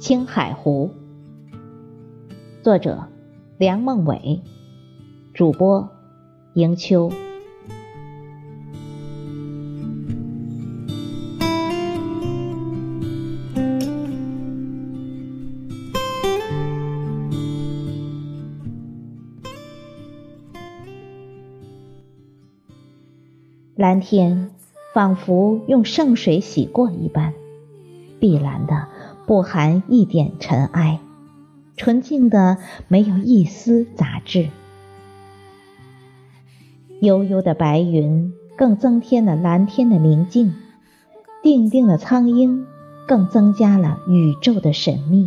青海湖，作者梁梦伟，主播迎秋。蓝天仿佛用圣水洗过一般，碧蓝的不含一点尘埃，纯净的没有一丝杂质。悠悠的白云更增添了蓝天的宁静，定定的苍鹰更增加了宇宙的神秘。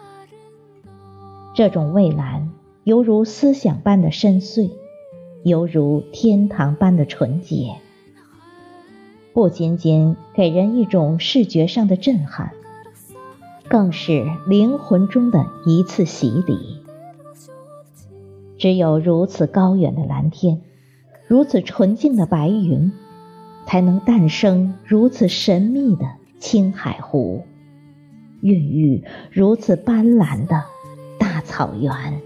这种蔚蓝犹如思想般的深邃，犹如天堂般的纯洁，不仅仅给人一种视觉上的震撼，更是灵魂中的一次洗礼。只有如此高远的蓝天，如此纯净的白云，才能诞生如此神秘的青海湖，孕育如此斑斓的大草原。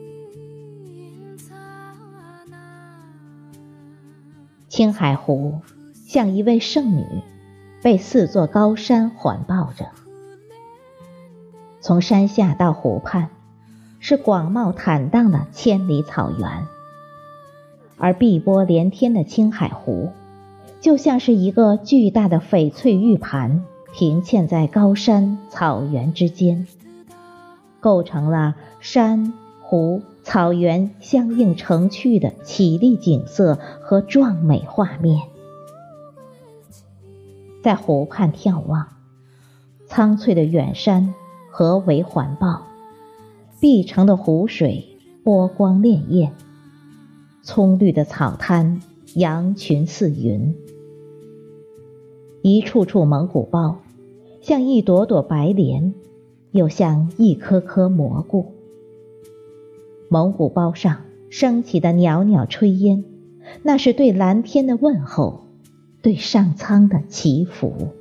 青海湖像一位圣女，被4座高山环抱着。从山下到湖畔，是广袤坦荡的千里草原，而碧波连天的青海湖，就像是一个巨大的翡翠玉盘，平嵌在高山草原之间，构成了山湖草原相映成趣的绮丽景色和壮美画面。在湖畔眺望，苍翠的远山河为环抱，碧澄的湖水波光潋滟，葱绿的草滩羊群似云，一处处蒙古包像一朵朵白莲，又像一颗颗蘑菇。蒙古包上升起的袅袅炊烟，那是对蓝天的问候，对上苍的祈福。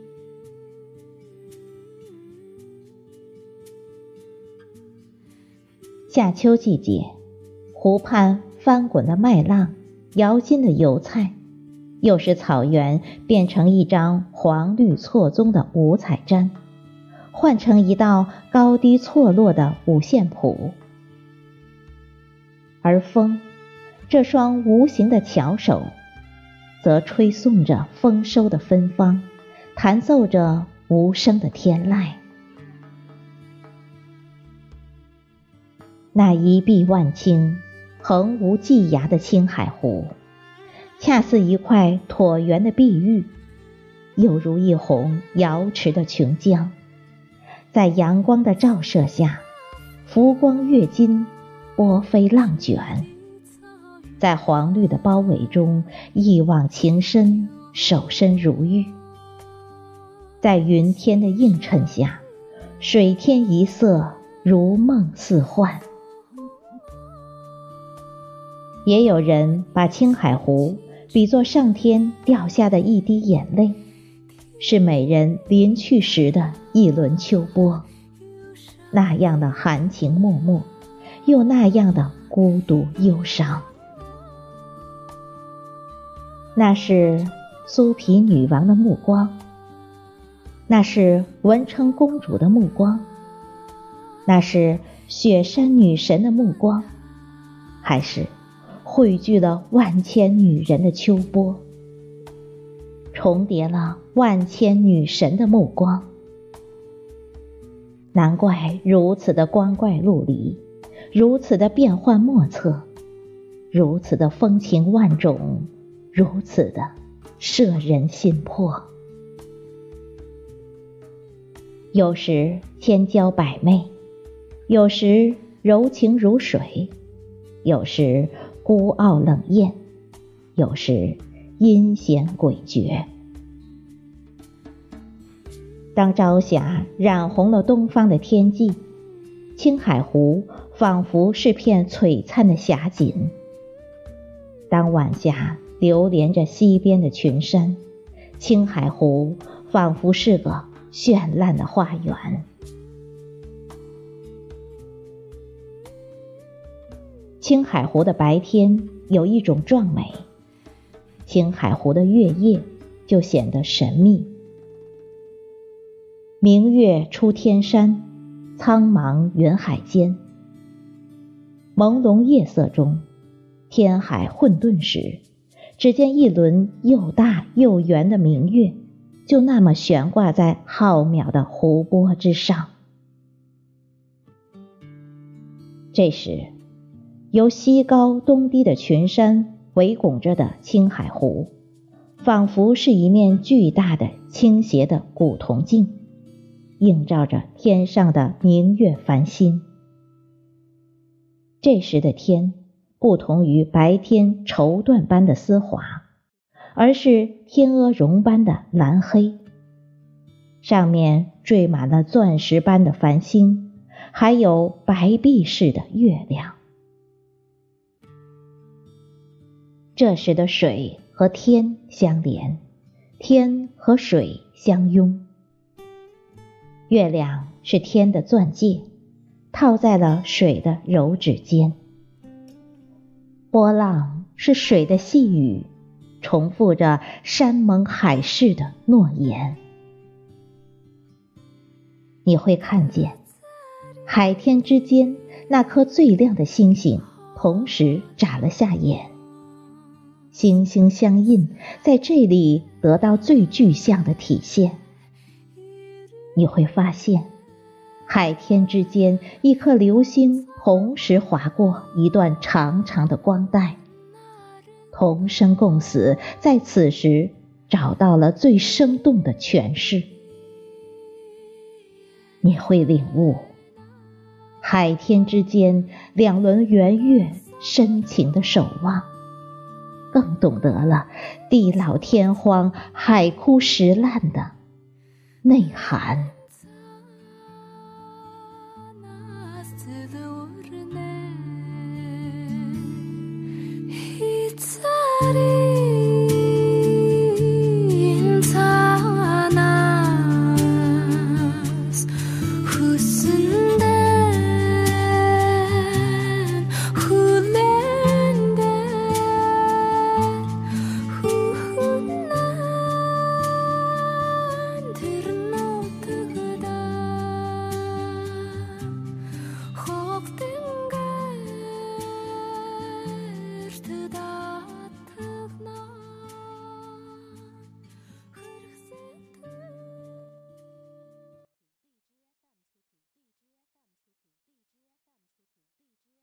夏秋季节，湖畔翻滚的麦浪，摇金的油菜，又使草原变成一张黄绿错综的五彩毡，换成一道高低错落的五线谱。而风，这双无形的巧手，则吹送着丰收的芬芳，弹奏着无声的天籁。那一碧万顷、横无际涯的青海湖，恰似一块椭圆的碧玉，又如一泓瑶池的琼浆，在阳光的照射下，浮光跃金，波飞浪卷，在黄绿的包围中一往情深，守身如玉。在云天的映衬下，水天一色，如梦似幻。也有人把青海湖比作上天掉下的一滴眼泪，是美人临去时的一轮秋波，那样的含情脉脉，又那样的孤独忧伤。那是苏皮女王的目光，那是文成公主的目光，那是雪山女神的目光，还是汇聚了万千女人的秋波，重叠了万千女神的目光。难怪如此的光怪陆离，如此的变幻莫测，如此的风情万种，如此的摄人心魄。有时千娇百媚，有时柔情如水，有时孤傲冷艳，有时阴险诡谲。当朝霞染红了东方的天际，青海湖仿佛是片璀璨的霞锦。当晚霞流连着西边的群山，青海湖仿佛是个绚烂的花园。 青海湖的白天有一种壮美，青海湖的月夜就显得神秘。明月出天山，苍茫云海间。朦胧夜色中，天海混沌时，只见一轮又大又圆的明月，就那么悬挂在浩渺的湖泊之上。这时，由西高东低的群山围拱着的青海湖，仿佛是一面巨大的倾斜的古铜镜，映照着天上的明月繁星。这时的天不同于白天绸缎般的丝滑，而是天鹅绒般的蓝黑，上面缀满了钻石般的繁星，还有白璧似的月亮。这时的水和天相连，天和水相拥。月亮是天的钻戒，套在了水的柔指间。波浪是水的细语，重复着山盟海誓的诺言。你会看见海天之间那颗最亮的星星同时眨了下眼，星星相印，在这里得到最具象的体现。你会发现海天之间一颗流星同时划过一段长长的光带，同生共死在此时找到了最生动的诠释。你会领悟海天之间两轮圆月深情的守望，更懂得了地老天荒海枯石烂的内涵。